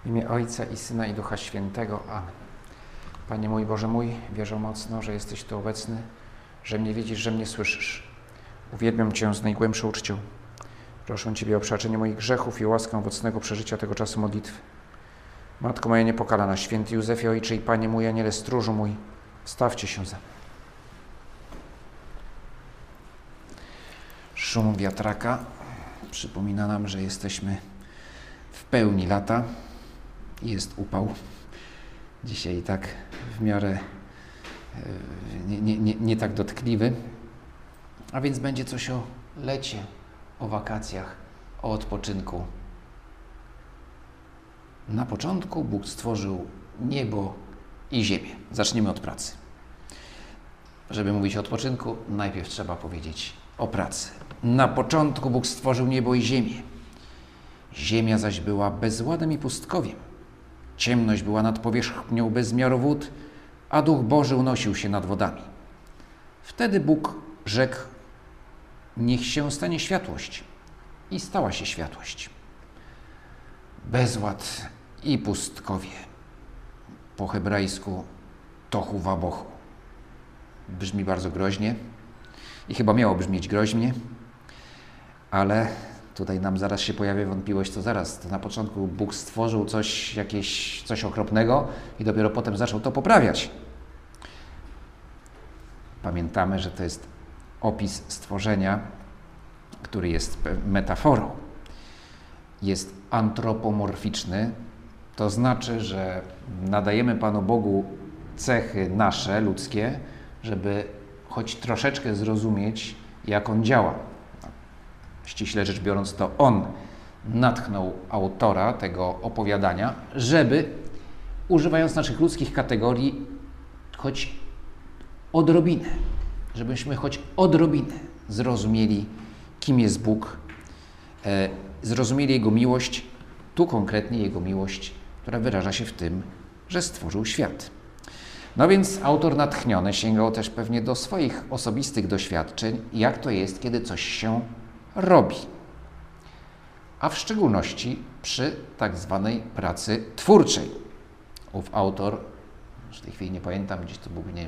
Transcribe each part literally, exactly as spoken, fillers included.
W imię Ojca i Syna i Ducha Świętego. Amen. Panie mój, Boże mój, wierzę mocno, że jesteś tu obecny, że mnie widzisz, że mnie słyszysz. Uwielbiam Cię z najgłębszą uczcią. Proszę Ciebie o przebaczenie moich grzechów i łaskę owocnego przeżycia tego czasu modlitwy. Matko moja niepokalana, święty Józefie, Ojcze i Panie mój, Aniele stróżu mój, stawcie się za mną. Szum wiatraka przypomina nam, że jesteśmy w pełni lata. Jest upał. Dzisiaj tak w miarę nie, nie, nie, nie tak dotkliwy. A więc będzie coś o lecie, o wakacjach, o odpoczynku. Na początku Bóg stworzył niebo i ziemię. Zaczniemy od pracy. Żeby mówić o odpoczynku, najpierw trzeba powiedzieć o pracy. Na początku Bóg stworzył niebo i ziemię. Ziemia zaś była bezładem i pustkowiem. Ciemność była nad powierzchnią bezmiaru wód, a Duch Boży unosił się nad wodami. Wtedy Bóg rzekł: niech się stanie światłość. I stała się światłość. Bezład i pustkowie. Po hebrajsku tohu wabohu. Brzmi bardzo groźnie i chyba miało brzmieć groźnie, ale tutaj nam zaraz się pojawia wątpliwość, co zaraz. To na początku Bóg stworzył coś, jakieś, coś okropnego i dopiero potem zaczął to poprawiać. Pamiętamy, że to jest opis stworzenia, który jest metaforą. Jest antropomorficzny, to znaczy, że nadajemy Panu Bogu cechy nasze, ludzkie, żeby choć troszeczkę zrozumieć, jak On działa. Ściśle rzecz biorąc, to On natchnął autora tego opowiadania, żeby, używając naszych ludzkich kategorii, choć odrobinę, żebyśmy choć odrobinę zrozumieli, kim jest Bóg, e, zrozumieli Jego miłość, tu konkretnie Jego miłość, która wyraża się w tym, że stworzył świat. No więc autor natchniony sięgał też pewnie do swoich osobistych doświadczeń, jak to jest, kiedy coś się robi. A w szczególności przy tak zwanej pracy twórczej. Ów autor, w tej chwili nie pamiętam, gdzieś to był nie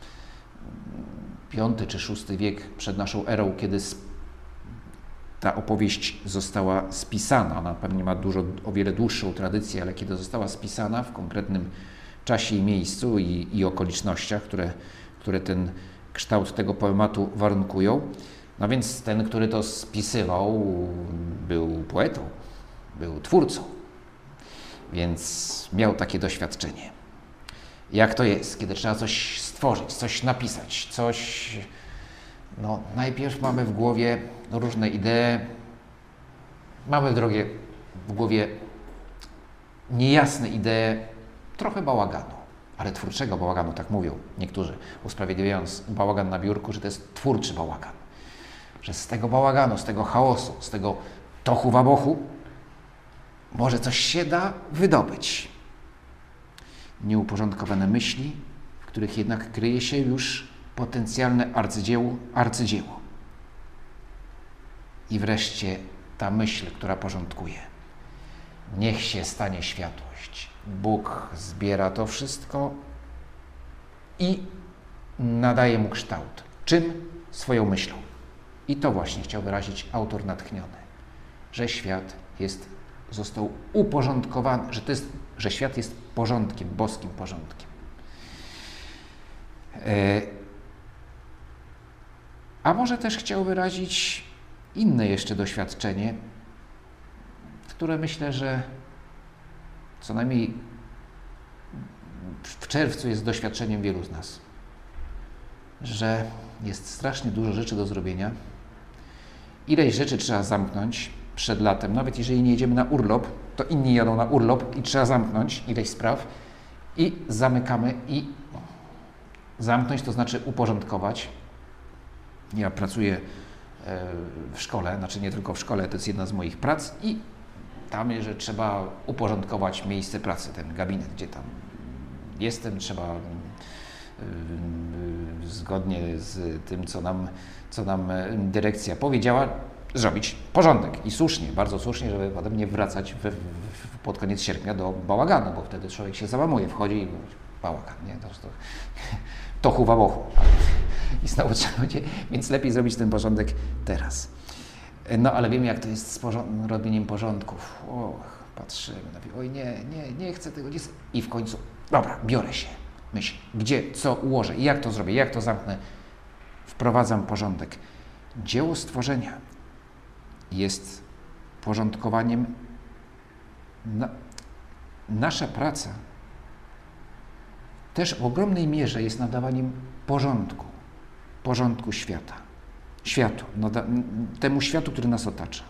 piąty czy szósty wiek przed naszą erą, kiedy ta opowieść została spisana. Ona pewnie ma dużo, o wiele dłuższą tradycję, ale kiedy została spisana w konkretnym czasie i miejscu i, i okolicznościach, które, które ten kształt tego poematu warunkują. No więc ten, który to spisywał, był poetą, był twórcą, więc miał takie doświadczenie. Jak to jest, kiedy trzeba coś stworzyć, coś napisać, coś... No, najpierw mamy w głowie różne idee, mamy w drogie w głowie niejasne idee, trochę bałaganu, ale twórczego bałaganu, tak mówią niektórzy, usprawiedliwiając bałagan na biurku, że to jest twórczy bałagan. Że z tego bałaganu, z tego chaosu, z tego tohu wabohu może coś się da wydobyć. Nieuporządkowane myśli, w których jednak kryje się już potencjalne arcydzieło, arcydzieło. I wreszcie ta myśl, która porządkuje. Niech się stanie światłość. Bóg zbiera to wszystko i nadaje mu kształt. Czym? Swoją myślą. I to właśnie chciał wyrazić autor natchniony, że świat jest, został uporządkowany, że, to jest, że świat jest porządkiem, boskim porządkiem. E, a może też chciał wyrazić inne jeszcze doświadczenie, które myślę, że co najmniej w czerwcu jest doświadczeniem wielu z nas, że jest strasznie dużo rzeczy do zrobienia. Ileś rzeczy trzeba zamknąć przed latem, nawet jeżeli nie jedziemy na urlop, to inni jadą na urlop i trzeba zamknąć ileś spraw i zamykamy i zamknąć to znaczy uporządkować. Ja pracuję w szkole, znaczy nie tylko w szkole, to jest jedna z moich prac i tam, że trzeba uporządkować miejsce pracy, ten gabinet, gdzie tam jestem, trzeba zgodnie z tym, co nam, co nam dyrekcja powiedziała, zrobić porządek. I słusznie, bardzo słusznie, żeby potem nie wracać w, w, pod koniec sierpnia do bałaganu, bo wtedy człowiek się załamuje, wchodzi i bałagan, nie? To, to, to chuwa bochu. I znowu trzeba będzie, więc lepiej zrobić ten porządek teraz. No ale wiem, jak to jest z porząd- robieniem porządków. Och, patrzymy, na oj nie, nie, nie chcę tego, nie chcę. I w końcu, dobra, biorę się, myśl, gdzie, co ułożę, jak to zrobię, jak to zamknę. Wprowadzam porządek. Dzieło stworzenia jest porządkowaniem. Na, nasza praca też w ogromnej mierze jest nadawaniem porządku, porządku świata, światu, nada, temu światu, który nas otacza.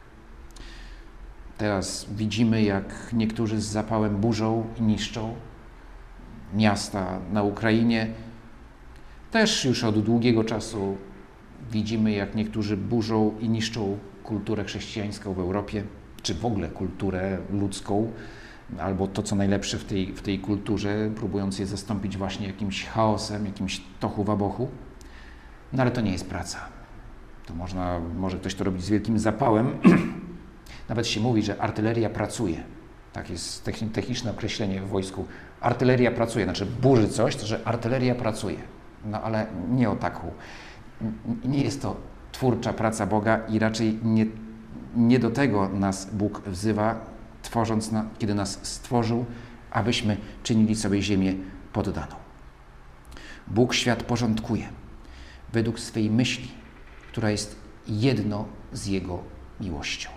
Teraz widzimy, jak niektórzy z zapałem burzą i niszczą miasta na Ukrainie. Też już od długiego czasu widzimy, jak niektórzy burzą i niszczą kulturę chrześcijańską w Europie, czy w ogóle kulturę ludzką, albo to, co najlepsze w tej, w tej kulturze, próbując je zastąpić właśnie jakimś chaosem, jakimś tohu wabochu. No ale to nie jest praca. To można, może ktoś to robić z wielkim zapałem. Nawet się mówi, że artyleria pracuje. Tak jest techniczne określenie w wojsku. Artyleria pracuje, znaczy burzy coś, to że artyleria pracuje. No ale nie o taką. Nie jest to twórcza praca Boga i raczej nie, nie do tego nas Bóg wzywa, tworząc, na, kiedy nas stworzył, abyśmy czynili sobie ziemię poddaną. Bóg świat porządkuje według swej myśli, która jest jedno z Jego miłością.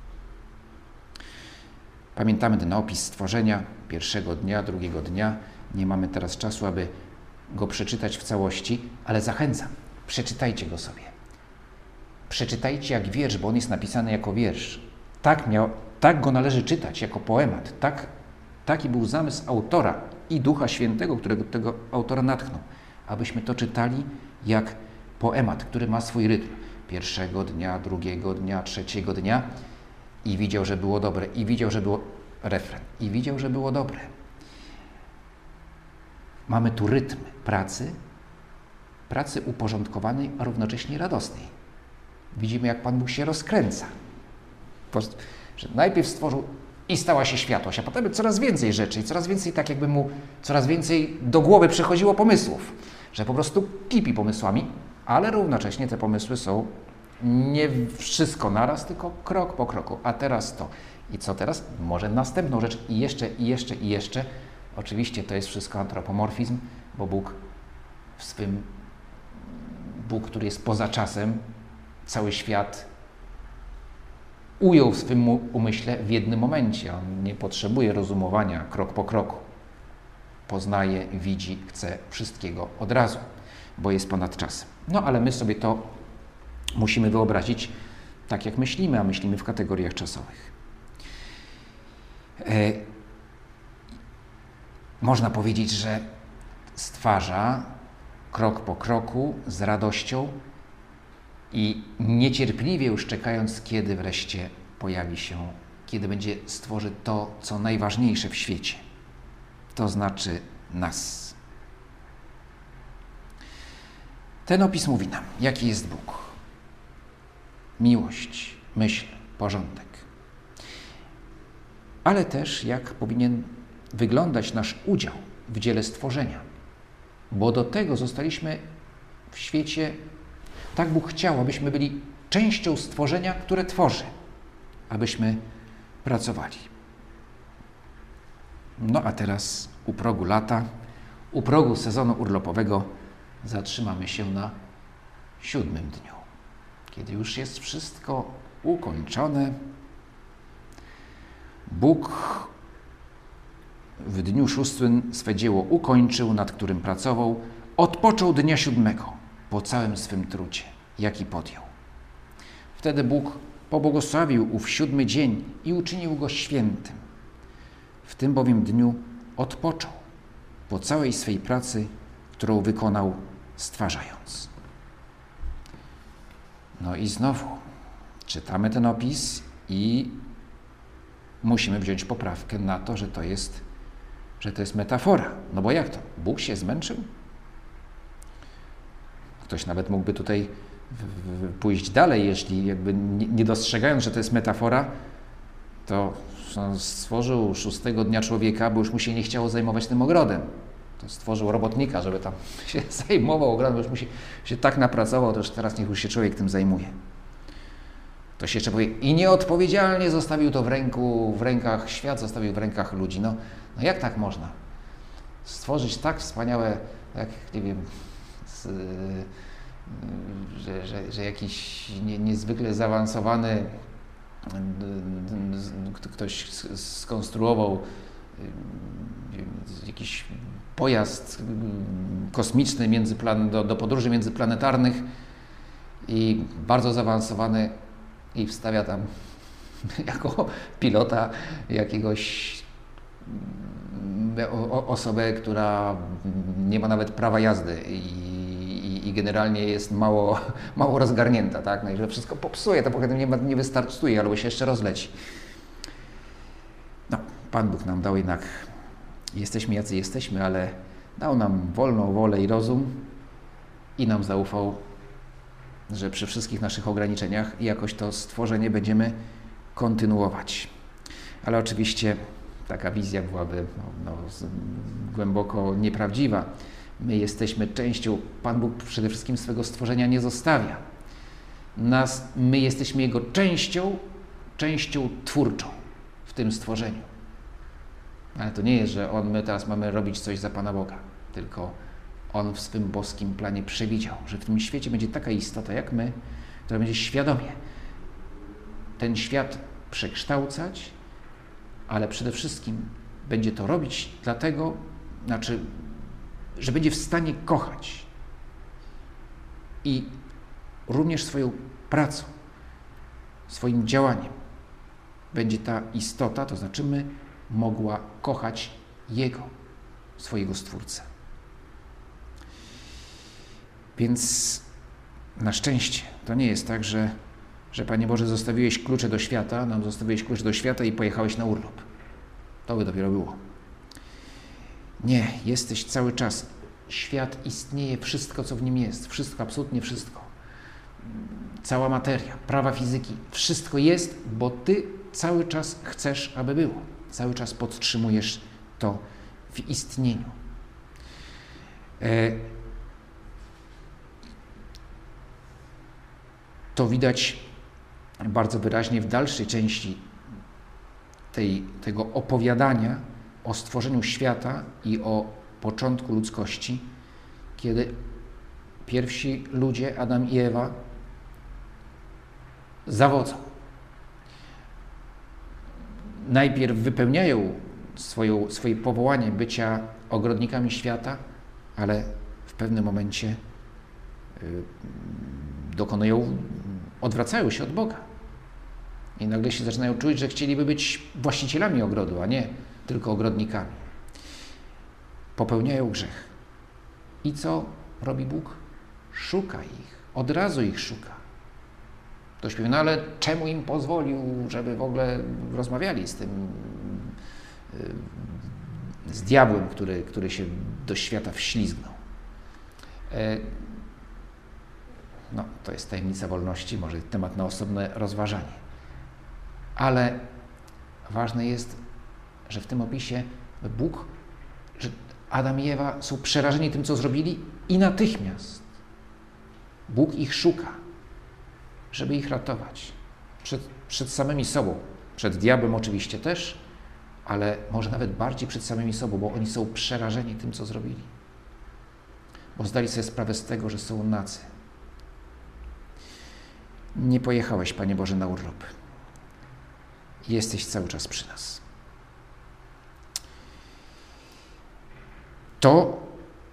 Pamiętamy ten opis stworzenia pierwszego dnia, drugiego dnia. Nie mamy teraz czasu, aby go przeczytać w całości, ale zachęcam, przeczytajcie go sobie. Przeczytajcie jak wiersz, bo on jest napisany jako wiersz. Tak, miał, tak go należy czytać, jako poemat. Tak, taki był zamysł autora i Ducha Świętego, którego tego autora natchnął. Abyśmy to czytali jak poemat, który ma swój rytm. Pierwszego dnia, drugiego dnia, trzeciego dnia i widział, że było dobre. I widział, że było refren. I widział, że było dobre. Mamy tu rytm pracy, pracy uporządkowanej, a równocześnie radosnej. Widzimy, jak Pan Bóg się rozkręca. Że najpierw stworzył i stała się światłość, a potem coraz więcej rzeczy i coraz więcej, tak jakby mu coraz więcej do głowy przychodziło pomysłów, że po prostu kipi pomysłami, ale równocześnie te pomysły są nie wszystko naraz, tylko krok po kroku. A teraz to. I co teraz? Może następną rzecz i jeszcze, i jeszcze, i jeszcze. Oczywiście to jest wszystko antropomorfizm, bo Bóg w swym, Bóg, który jest poza czasem, cały świat ujął w swym umyśle w jednym momencie. On nie potrzebuje rozumowania krok po kroku. Poznaje, widzi, chce wszystkiego od razu, bo jest ponad czasem. No ale my sobie to musimy wyobrazić tak, jak myślimy, a myślimy w kategoriach czasowych. E, można powiedzieć, że stwarza krok po kroku z radością i niecierpliwie już czekając, kiedy wreszcie pojawi się, kiedy będzie stworzy to, co najważniejsze w świecie. To znaczy nas. Ten opis mówi nam, jaki jest Bóg. Miłość, myśl, porządek. Ale też jak powinien wyglądać nasz udział w dziele stworzenia. Bo do tego zostaliśmy w świecie, tak Bóg chciał, abyśmy byli częścią stworzenia, które tworzy, abyśmy pracowali. No a teraz u progu lata, u progu sezonu urlopowego zatrzymamy się na siódmym dniu, kiedy już jest wszystko ukończone. Bóg w dniu szóstym swe dzieło ukończył, nad którym pracował, odpoczął dnia siódmego po całym swym trudzie, jaki podjął. Wtedy Bóg pobłogosławił ów siódmy dzień i uczynił go świętym. W tym bowiem dniu odpoczął po całej swej pracy, którą wykonał stwarzając. No i znowu czytamy ten opis i musimy wziąć poprawkę na to, że to jest, że to jest metafora. No bo jak to? Bóg się zmęczył? Ktoś nawet mógłby tutaj w, w, pójść dalej, jeśli jakby nie, nie dostrzegając, że to jest metafora, to on stworzył szóstego dnia człowieka, bo już mu się nie chciało zajmować tym ogrodem. To stworzył robotnika, żeby tam się zajmował ogrodem, bo już mu się, się tak napracował, to już teraz niech już się człowiek tym zajmuje. To się jeszcze powie, i nieodpowiedzialnie zostawił to w ręku, w rękach, świat zostawił w rękach ludzi. No, no jak tak można? Stworzyć tak wspaniałe, jak nie wiem, z, że, że, że jakiś nie, niezwykle zaawansowany ktoś skonstruował jakiś pojazd kosmiczny międzyplan, do, do podróży międzyplanetarnych i bardzo zaawansowany i wstawia tam jako pilota jakiegoś osobę, która nie ma nawet prawa jazdy i, i, i generalnie jest mało, mało rozgarnięta, tak? No i że wszystko popsuje, to potem nie, ma, nie wystartuje, albo się jeszcze rozleci. No, Pan Bóg nam dał jednak, jesteśmy jacy jesteśmy, ale dał nam wolną wolę i rozum i nam zaufał, że przy wszystkich naszych ograniczeniach jakoś to stworzenie będziemy kontynuować. Ale oczywiście taka wizja byłaby no, no, głęboko nieprawdziwa. My jesteśmy częścią, Pan Bóg przede wszystkim swego stworzenia nie zostawia. Nas, my jesteśmy Jego częścią, częścią twórczą w tym stworzeniu. Ale to nie jest, że on, my teraz mamy robić coś za Pana Boga, tylko On w swym boskim planie przewidział, że w tym świecie będzie taka istota jak my, która będzie świadomie ten świat przekształcać, ale przede wszystkim będzie to robić dlatego, znaczy, że będzie w stanie kochać i również swoją pracą, swoim działaniem będzie ta istota, to znaczy my, mogła kochać Jego, swojego Stwórcę. Więc na szczęście to nie jest tak, że, że Panie Boże, zostawiłeś klucze do świata, nam zostawiłeś klucze do świata i pojechałeś na urlop. To by dopiero było. Nie, jesteś cały czas. Świat istnieje, wszystko, co w nim jest. Wszystko, absolutnie wszystko. Cała materia, prawa fizyki, wszystko jest, bo Ty cały czas chcesz, aby było. Cały czas podtrzymujesz to w istnieniu. E, to widać bardzo wyraźnie w dalszej części tej, tego opowiadania o stworzeniu świata i o początku ludzkości, kiedy pierwsi ludzie, Adam i Ewa, zawodzą. Najpierw wypełniają swoją, swoje powołanie bycia ogrodnikami świata, ale w pewnym momencie y, dokonują, odwracają się od Boga. I nagle się zaczynają czuć, że chcieliby być właścicielami ogrodu, a nie tylko ogrodnikami. Popełniają grzech. I co robi Bóg? Szuka ich. Od razu ich szuka. Ktoś powie, no ale czemu im pozwolił, żeby w ogóle rozmawiali z tym, z diabłem, który, który się do świata wślizgnął. No, to jest tajemnica wolności, może temat na osobne rozważanie. Ale ważne jest, że w tym opisie Bóg, że Adam i Ewa są przerażeni tym, co zrobili i natychmiast Bóg ich szuka, żeby ich ratować. Przed, przed samymi sobą, przed diabłem oczywiście też, ale może nawet bardziej przed samymi sobą, bo oni są przerażeni tym, co zrobili. Bo zdali sobie sprawę z tego, że są nadzy. Nie pojechałeś, Panie Boże, na urlop. Jesteś cały czas przy nas. To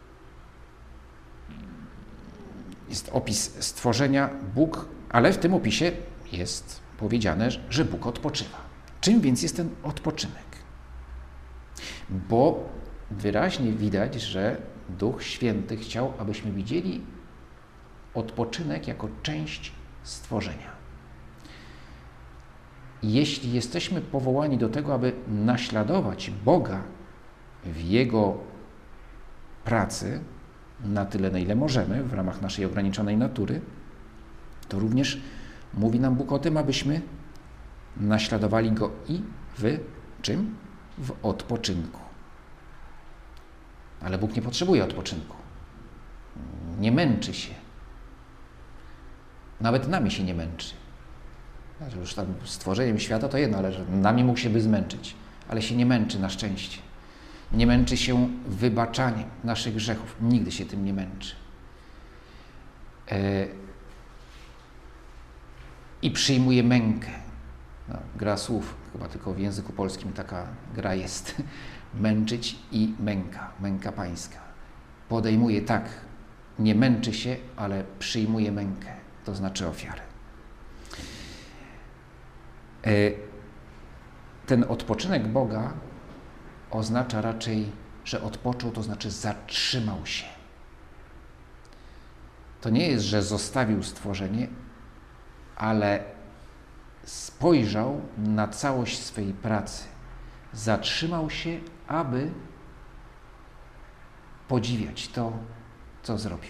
jest opis stworzenia Bóg, ale w tym opisie jest powiedziane, że Bóg odpoczywa. Czym więc jest ten odpoczynek? Bo wyraźnie widać, że Duch Święty chciał, abyśmy widzieli odpoczynek jako część stworzenia. Jeśli jesteśmy powołani do tego, aby naśladować Boga w Jego pracy, na tyle, na ile możemy, w ramach naszej ograniczonej natury, to również mówi nam Bóg o tym, abyśmy naśladowali Go i w czym? W odpoczynku. Ale Bóg nie potrzebuje odpoczynku. Nie męczy się. Nawet nami się nie męczy. Znaczy już tam stworzeniem świata to jedno, ale że nami mógł się by zmęczyć. Ale się nie męczy na szczęście. Nie męczy się wybaczaniem naszych grzechów. Nigdy się tym nie męczy. E... I przyjmuje mękę. No, gra słów, chyba tylko w języku polskim taka gra jest. Męczyć i męka, męka pańska. Podejmuje tak, nie męczy się, ale przyjmuje mękę, to znaczy ofiarę. Ten odpoczynek Boga oznacza raczej, że odpoczął, to znaczy zatrzymał się. To nie jest, że zostawił stworzenie, ale spojrzał na całość swej pracy. Zatrzymał się, aby podziwiać to, co zrobił.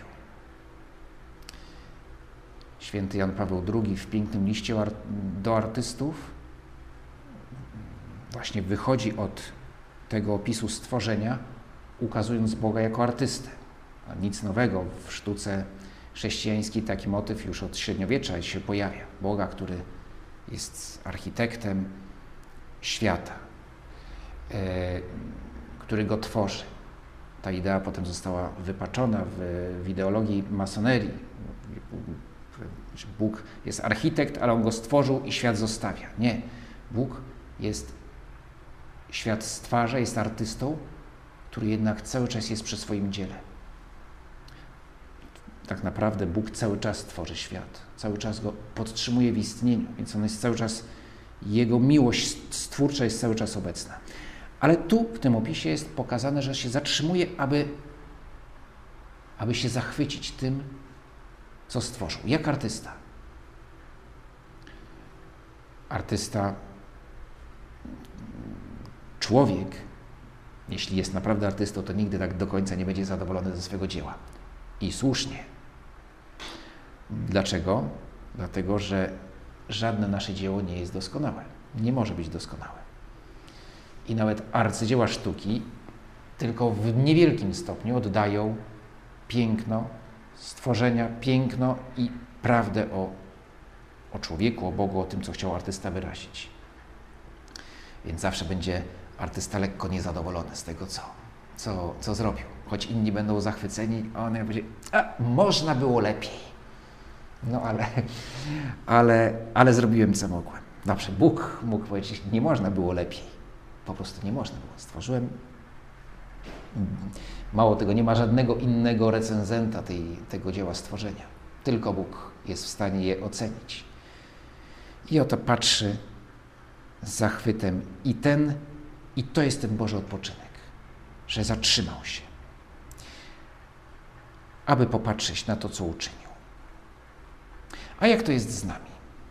Święty Jan Paweł drugi w pięknym liście do artystów właśnie wychodzi od tego opisu stworzenia, ukazując Boga jako artystę. A nic nowego w sztuce chrześcijańskiej taki motyw już od średniowiecza się pojawia. Boga, który jest architektem świata, e, który go tworzy. Ta idea potem została wypaczona w, w ideologii masonerii. Bóg jest architekt, ale on go stworzył i świat zostawia. Nie. Bóg jest, świat stwarza, jest artystą, który jednak cały czas jest przy swoim dziele. Tak naprawdę Bóg cały czas tworzy świat. Cały czas go podtrzymuje w istnieniu, więc on jest cały czas, jego miłość stwórcza jest cały czas obecna. Ale tu w tym opisie jest pokazane, że się zatrzymuje, aby, aby się zachwycić tym, co stworzył. Jak artysta. Artysta, człowiek, jeśli jest naprawdę artystą, to nigdy tak do końca nie będzie zadowolony ze swego dzieła. I słusznie. Dlaczego? Dlatego, że żadne nasze dzieło nie jest doskonałe. Nie może być doskonałe. I nawet arcydzieła sztuki tylko w niewielkim stopniu oddają piękno stworzenia, piękno i prawdę o, o człowieku, o Bogu, o tym, co chciał artysta wyrazić. Więc zawsze będzie artysta lekko niezadowolony z tego, co, co, co zrobił. Choć inni będą zachwyceni, a on będzie, a można było lepiej. No ale, ale, ale zrobiłem, co mogłem. Dobrze, Bóg mógł powiedzieć, nie można było lepiej. Po prostu nie można było. Stworzyłem. Mało tego, nie ma żadnego innego recenzenta tej, tego dzieła stworzenia. Tylko Bóg jest w stanie je ocenić. I oto patrzy z zachwytem i ten, i to jest ten Boży odpoczynek, że zatrzymał się, aby popatrzeć na to, co uczynił. A jak to jest z nami?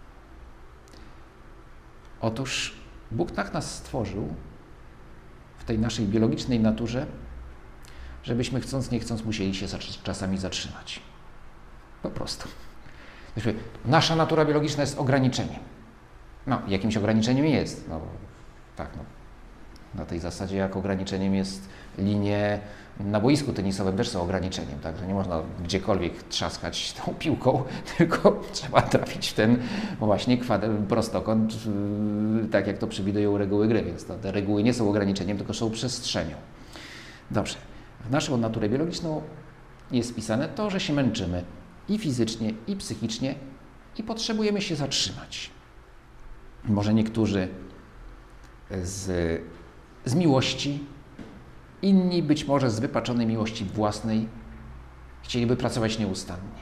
Otóż Bóg tak nas stworzył w tej naszej biologicznej naturze, żebyśmy chcąc, nie chcąc musieli się czasami zatrzymać. Po prostu. Nasza natura biologiczna jest ograniczeniem. No, jakimś ograniczeniem jest. No, tak, no. Na tej zasadzie, jak ograniczeniem jest linie na boisku tenisowym, też są ograniczeniem, tak, że nie można gdziekolwiek trzaskać tą piłką, tylko trzeba trafić w ten właśnie kwadrat, prostokąt, tak jak to przewidują reguły gry, więc to, te reguły nie są ograniczeniem, tylko są przestrzenią. Dobrze. W naszą naturę biologiczną jest wpisane to, że się męczymy i fizycznie, i psychicznie i potrzebujemy się zatrzymać. Może niektórzy z, z miłości, inni być może z wypaczonej miłości własnej chcieliby pracować nieustannie.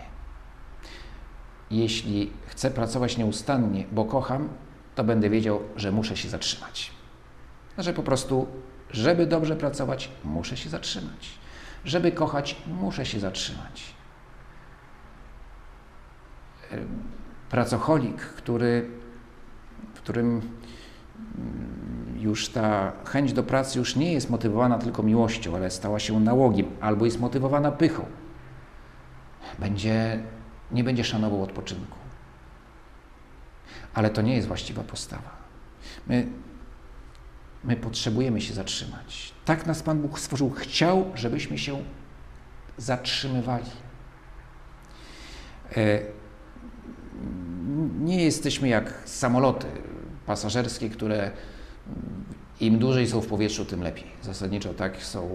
Jeśli chcę pracować nieustannie, bo kocham, to będę wiedział, że muszę się zatrzymać. Że po prostu, żeby dobrze pracować, muszę się zatrzymać. Żeby kochać, muszę się zatrzymać. Pracocholik, który, w którym już ta chęć do pracy już nie jest motywowana tylko miłością, ale stała się nałogiem, albo jest motywowana pychą, będzie, nie będzie szanował odpoczynku. Ale to nie jest właściwa postawa. My, my potrzebujemy się zatrzymać. Tak nas Pan Bóg stworzył. Chciał, żebyśmy się zatrzymywali. E, nie jesteśmy jak samoloty pasażerskie, które im dłużej są w powietrzu, tym lepiej. Zasadniczo tak są.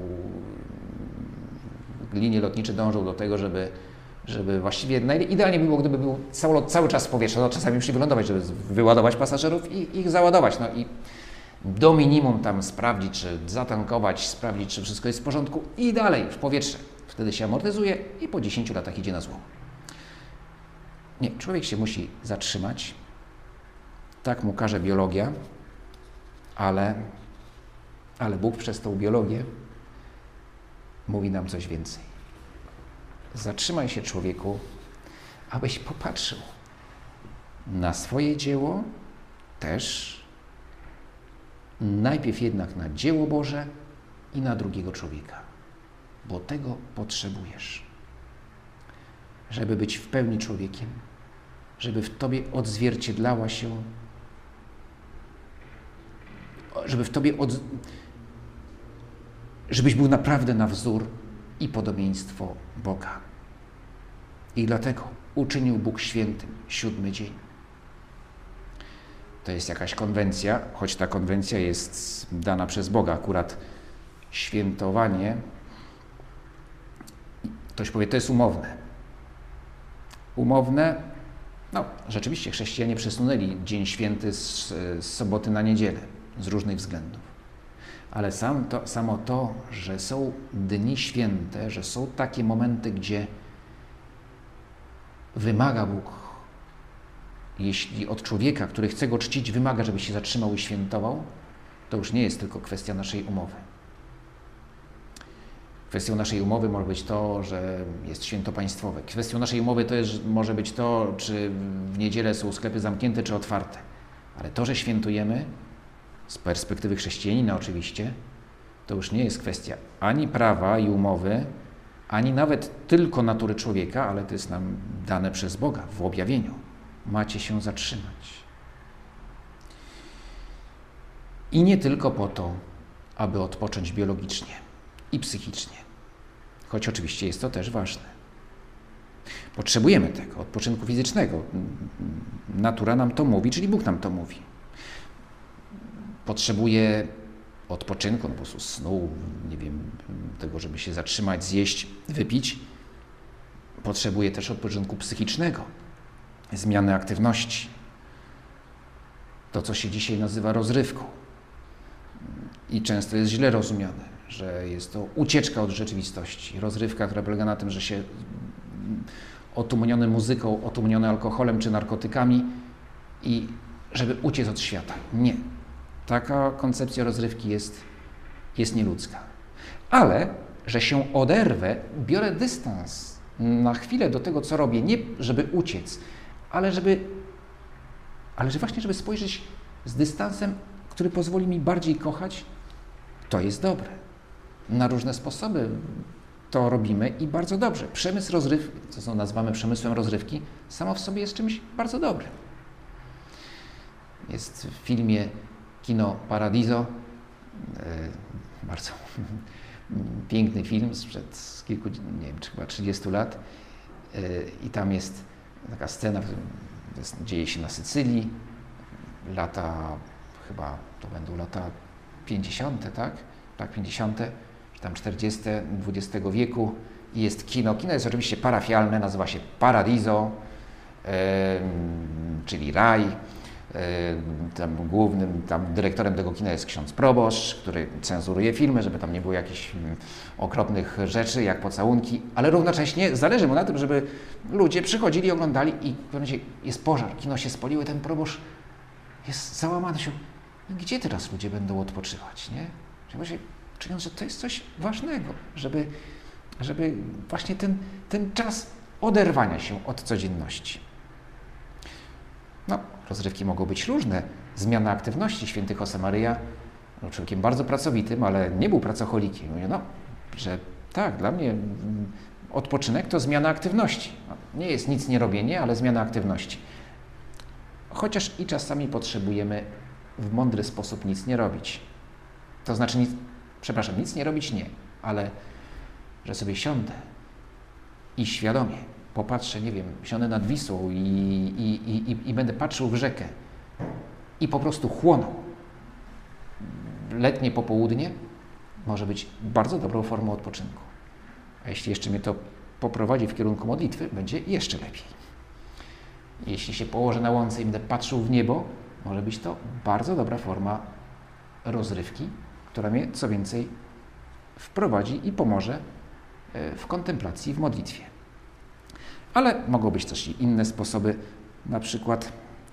Linie lotnicze dążą do tego, żeby, żeby właściwie idealnie by było, gdyby był samolot cały czas w powietrzu. No, czasami musi wylądować, żeby wyładować pasażerów i ich załadować. No i do minimum tam sprawdzić, czy zatankować, sprawdzić, czy wszystko jest w porządku i dalej w powietrze. Wtedy się amortyzuje i po dziesięciu latach idzie na złom. Nie, człowiek się musi zatrzymać. Tak mu każe biologia, ale, ale Bóg przez tą biologię mówi nam coś więcej. Zatrzymaj się, człowieku, abyś popatrzył na swoje dzieło też, najpierw jednak na dzieło Boże i na drugiego człowieka, bo tego potrzebujesz, żeby być w pełni człowiekiem, żeby w Tobie odzwierciedlała się, żeby w Tobie od... żebyś był naprawdę na wzór i podobieństwo Boga. I dlatego uczynił Bóg świętym siódmy dzień. To jest jakaś konwencja, choć ta konwencja jest dana przez Boga. Akurat świętowanie, ktoś powie, to jest umowne. Umowne, no rzeczywiście chrześcijanie przesunęli dzień święty z, z soboty na niedzielę z różnych względów. Ale sam to, samo to, że są dni święte, że są takie momenty, gdzie wymaga Bóg, jeśli od człowieka, który chce Go czcić, wymaga, żeby się zatrzymał i świętował, to już nie jest tylko kwestia naszej umowy. Kwestią naszej umowy może być to, że jest święto państwowe. Kwestią naszej umowy to jest, może być to, czy w niedzielę są sklepy zamknięte, czy otwarte. Ale to, że świętujemy, z perspektywy chrześcijanina oczywiście, to już nie jest kwestia ani prawa i umowy, ani nawet tylko natury człowieka, ale to jest nam dane przez Boga w objawieniu. Macie się zatrzymać. I nie tylko po to, aby odpocząć biologicznie i psychicznie, choć oczywiście jest to też ważne. Potrzebujemy tego odpoczynku fizycznego. Natura nam to mówi, czyli Bóg nam to mówi. Potrzebuje odpoczynku, no po prostu snu, nie wiem, tego, żeby się zatrzymać, zjeść, wypić. Potrzebuje też odpoczynku psychicznego, zmiany aktywności. To, co się dzisiaj nazywa rozrywką. I często jest źle rozumiane, że jest to ucieczka od rzeczywistości. Rozrywka, która polega na tym, że się otumaniony muzyką, otumaniony alkoholem czy narkotykami i żeby uciec od świata. Nie. Taka koncepcja rozrywki jest, jest nieludzka. Ale, że się oderwę, biorę dystans na chwilę do tego, co robię, nie żeby uciec, ale żeby, ale że właśnie, żeby spojrzeć z dystansem, który pozwoli mi bardziej kochać, to jest dobre. Na różne sposoby to robimy i bardzo dobrze. Przemysł rozrywki, co nazywamy przemysłem rozrywki, samo w sobie jest czymś bardzo dobrym. Jest w filmie Kino Paradiso, e, bardzo piękny film sprzed kilku, nie wiem, czy chyba trzydziestu lat e, i tam jest taka scena, jest, dzieje się na Sycylii, lata, chyba to będą lata pięćdziesiąte, tak? Tak, pięćdziesiąte, czy tam czterdzieste dwudziestego wieku i jest kino. Kino jest oczywiście parafialne, nazywa się Paradiso, e, czyli raj. Tam głównym tam dyrektorem tego kina jest ksiądz proboszcz, który cenzuruje filmy, żeby tam nie było jakichś okropnych rzeczy, jak pocałunki, ale równocześnie zależy mu na tym, żeby ludzie przychodzili, oglądali i w pewnym momencie jest pożar, kino się spoliło i ten proboszcz jest załamany się. Gdzie teraz ludzie będą odpoczywać, nie? Czując, że to jest coś ważnego, żeby, żeby właśnie ten, ten czas oderwania się od codzienności. No, rozrywki mogą być różne. Zmiana aktywności. Święty Josemaria był człowiekiem bardzo pracowitym, ale nie był pracocholikiem. Mówię, no, że tak, dla mnie odpoczynek to zmiana aktywności. No, nie jest nic nie robienie, ale zmiana aktywności. chociaż i czasami potrzebujemy w mądry sposób nic nie robić. To znaczy, nic, przepraszam, nic nie robić nie, ale że sobie siądę i świadomie popatrzę, nie wiem, siądę nad Wisłą i, i, i, i będę patrzył w rzekę i po prostu chłonął. Letnie popołudnie może być bardzo dobrą formą odpoczynku. A jeśli jeszcze mnie to poprowadzi w kierunku modlitwy, będzie jeszcze lepiej. Jeśli się położę na łące i będę patrzył w niebo, może być to bardzo dobra forma rozrywki, która mnie co więcej wprowadzi i pomoże w kontemplacji, w modlitwie. Ale mogą być też i inne sposoby, na przykład,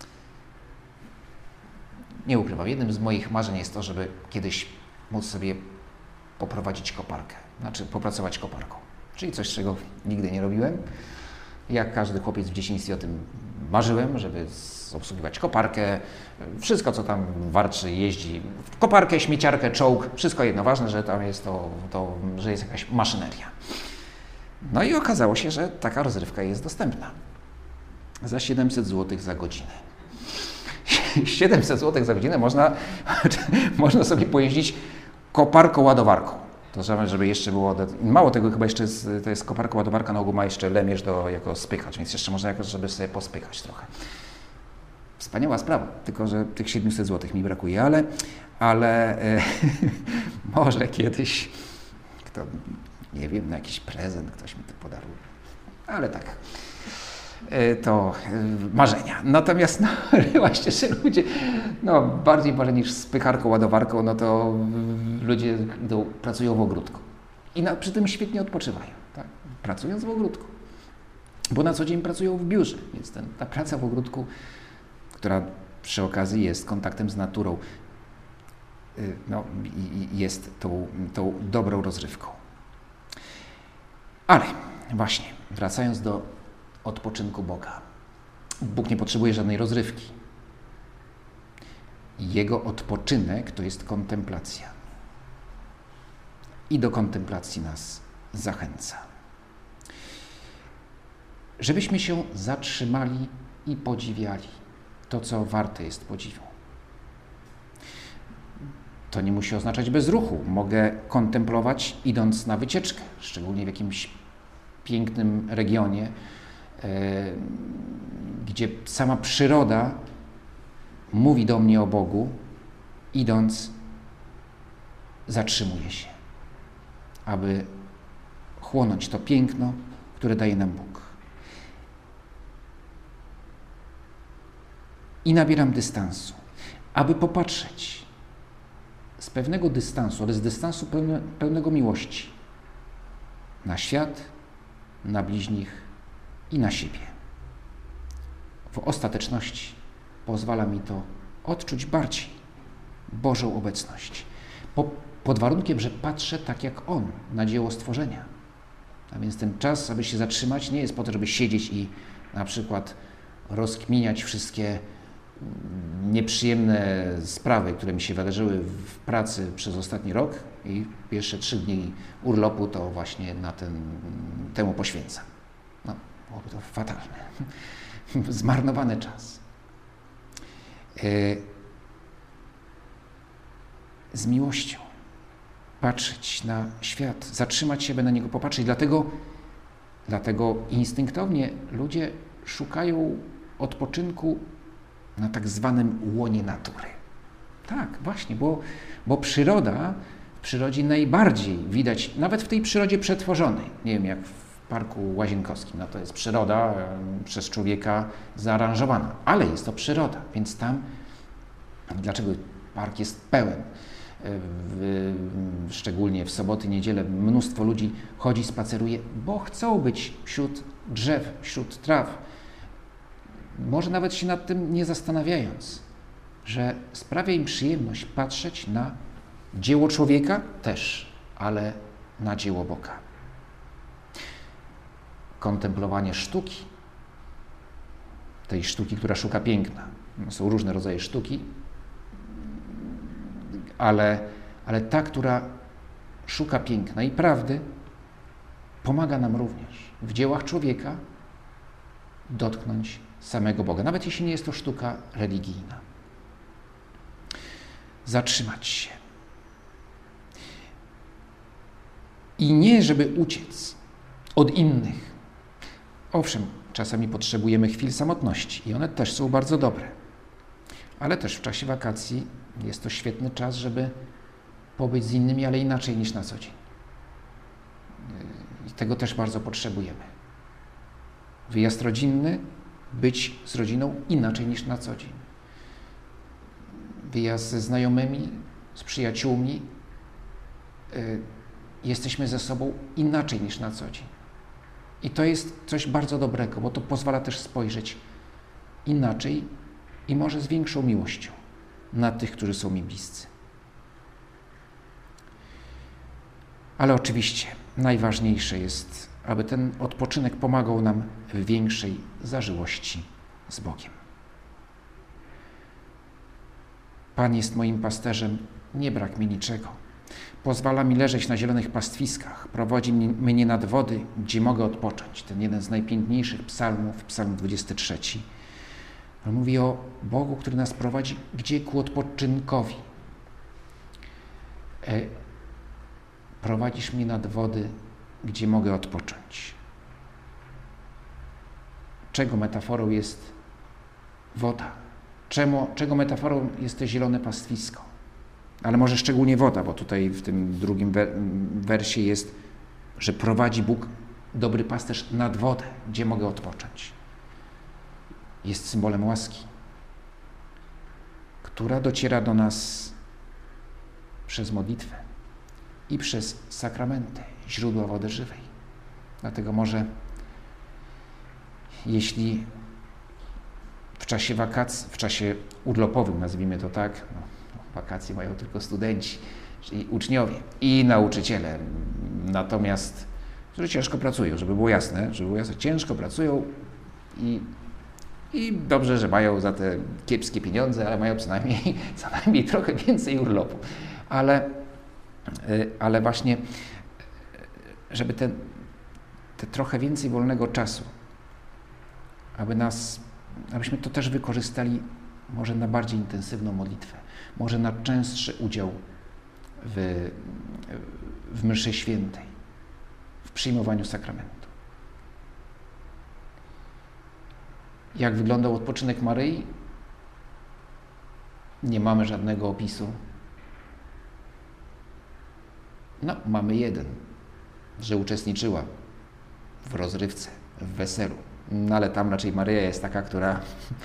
nie ukrywam, jednym z moich marzeń jest to, żeby kiedyś móc sobie poprowadzić koparkę, znaczy popracować koparką, czyli coś, czego nigdy nie robiłem. Jak każdy chłopiec w dzieciństwie o tym marzyłem, żeby obsługiwać koparkę, wszystko co tam warczy, jeździ, koparkę, śmieciarkę, czołg, wszystko jedno, ważne, że tam jest to, to, że jest jakaś maszyneria. No i okazało się, że taka rozrywka jest dostępna za siedemset złotych za godzinę. siedemset złotych za godzinę można, można sobie pojeździć koparką-ładowarką. To żeby, żeby jeszcze było, do, mało tego chyba jeszcze jest, to jest koparka, ładowarka, na ogół ma jeszcze lemierz do, jako spychacz, więc jeszcze można jakoś, żeby sobie pospychać trochę. Wspaniała sprawa, tylko że tych siedemset złotych mi brakuje, ale, ale e, może kiedyś, kto, nie wiem, na jakiś prezent ktoś mi to podaruje, ale tak. To marzenia. Natomiast no, właśnie, że ludzie no, bardziej może niż spycharką, ładowarką, no to ludzie idą, pracują w ogródku. I na, przy tym świetnie odpoczywają, tak? Pracując w ogródku. Bo na co dzień pracują w biurze, więc ten, ta praca w ogródku, która przy okazji jest kontaktem z naturą, no, jest tą, tą dobrą rozrywką. Ale właśnie, wracając do odpoczynku Boga. Bóg nie potrzebuje żadnej rozrywki. Jego odpoczynek to jest kontemplacja. I do kontemplacji nas zachęca. Żebyśmy się zatrzymali i podziwiali to, co warte jest podziwu. To nie musi oznaczać bezruchu. Mogę kontemplować idąc na wycieczkę, szczególnie w jakimś pięknym regionie, gdzie sama przyroda mówi do mnie o Bogu, idąc, zatrzymuje się, aby chłonąć to piękno, które daje nam Bóg. I nabieram dystansu, aby popatrzeć z pewnego dystansu, ale z dystansu pełne, pełnego miłości na świat, na bliźnich i na siebie. W ostateczności pozwala mi to odczuć bardziej Bożą obecność. Po, pod warunkiem, że patrzę tak jak On na dzieło stworzenia. A więc ten czas, aby się zatrzymać, nie jest po to, żeby siedzieć i na przykład rozkminiać wszystkie nieprzyjemne sprawy, które mi się wydarzyły w pracy przez ostatni rok i pierwsze trzy dni urlopu to właśnie na ten, temu poświęcam. No, byłoby to fatalne. Zmarnowany czas. Z miłością patrzeć na świat, zatrzymać się, by na niego popatrzeć. Dlatego, dlatego instynktownie ludzie szukają odpoczynku na tak zwanym łonie natury. Tak, właśnie, bo, bo przyroda, w przyrodzie najbardziej widać, nawet w tej przyrodzie przetworzonej, nie wiem, jak w Parku Łazienkowskim, no to jest przyroda przez człowieka zaaranżowana, ale jest to przyroda, więc tam, dlaczego park jest pełen, w, szczególnie w soboty, niedzielę, mnóstwo ludzi chodzi, spaceruje, bo chcą być wśród drzew, wśród traw, może nawet się nad tym nie zastanawiając, że sprawia im przyjemność patrzeć na dzieło człowieka też, ale na dzieło Boga. Kontemplowanie sztuki, tej sztuki, która szuka piękna. Są różne rodzaje sztuki, ale, ale ta, która szuka piękna i prawdy, pomaga nam również w dziełach człowieka dotknąć samego Boga, nawet jeśli nie jest to sztuka religijna. Zatrzymać się. I nie, żeby uciec od innych. Owszem, czasami potrzebujemy chwil samotności i one też są bardzo dobre. Ale też w czasie wakacji jest to świetny czas, żeby pobyć z innymi, ale inaczej niż na co dzień. I tego też bardzo potrzebujemy. Wyjazd rodzinny, być z rodziną inaczej niż na co dzień. Wyjazd ze znajomymi, z przyjaciółmi. Yy, jesteśmy ze sobą inaczej niż na co dzień. I to jest coś bardzo dobrego, bo to pozwala też spojrzeć inaczej i może z większą miłością na tych, którzy są mi bliscy. Ale oczywiście najważniejsze jest, aby ten odpoczynek pomagał nam w większej zażyłości z Bogiem. Pan jest moim pasterzem, nie brak mi niczego. Pozwala mi leżeć na zielonych pastwiskach, prowadzi mnie nad wody, gdzie mogę odpocząć. Ten jeden z najpiękniejszych psalmów, psalm dwudziesty trzeci. On mówi o Bogu, który nas prowadzi gdzie ku odpoczynkowi. E, prowadzisz mnie nad wody, gdzie mogę odpocząć. Czego metaforą jest woda? Czemu, czego metaforą jest to zielone pastwisko? Ale może szczególnie woda, bo tutaj w tym drugim wersie jest, że prowadzi Bóg, dobry pasterz, nad wodę, gdzie mogę odpocząć. Jest symbolem łaski, która dociera do nas przez modlitwę i przez sakramenty, źródła wody żywej. Dlatego może, jeśli w czasie wakacji, w czasie urlopowym, nazwijmy to tak, no, wakacje mają tylko studenci, czyli uczniowie i nauczyciele, natomiast, którzy ciężko pracują, żeby było jasne, żeby było jasne, ciężko pracują i, i dobrze, że mają za te kiepskie pieniądze, ale mają przynajmniej, co najmniej trochę więcej urlopu. Ale, ale właśnie, żeby ten, te trochę więcej wolnego czasu, aby nas, abyśmy to też wykorzystali może na bardziej intensywną modlitwę, może na częstszy udział w, w mszy świętej, w przyjmowaniu sakramentu. Jak wyglądał odpoczynek Maryi? Nie mamy żadnego opisu. No, mamy jeden, że uczestniczyła w rozrywce, w weselu. No, ale tam raczej Maryja jest taka, która,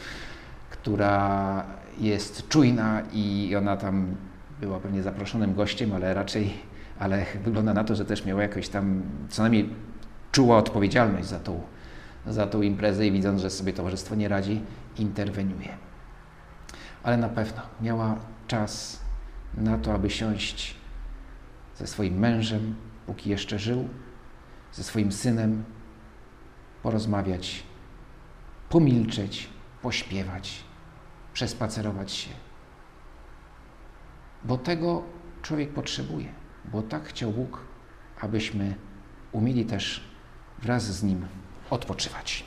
która jest czujna i ona tam była pewnie zaproszonym gościem, ale raczej, ale wygląda na to, że też miała jakoś tam, co najmniej czuła odpowiedzialność za tą, za tą imprezę i widząc, że sobie towarzystwo nie radzi, interweniuje. Ale na pewno miała czas na to, aby siąść ze swoim mężem, póki jeszcze żył, ze swoim synem, porozmawiać, pomilczeć, pośpiewać, przespacerować się. Bo tego człowiek potrzebuje, bo tak chciał Bóg, abyśmy umieli też wraz z Nim odpoczywać.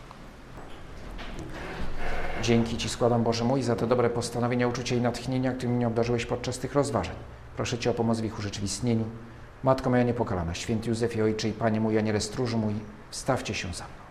Dzięki Ci składam, Boże mój, za te dobre postanowienia, uczucia i natchnienia, którymi mnie obdarzyłeś podczas tych rozważań. Proszę Cię o pomoc w ich urzeczywistnieniu. Matko moja niepokalana, święty Józefie, Ojcze i Panie mój, Aniele stróżu mój, wstawcie się za mną.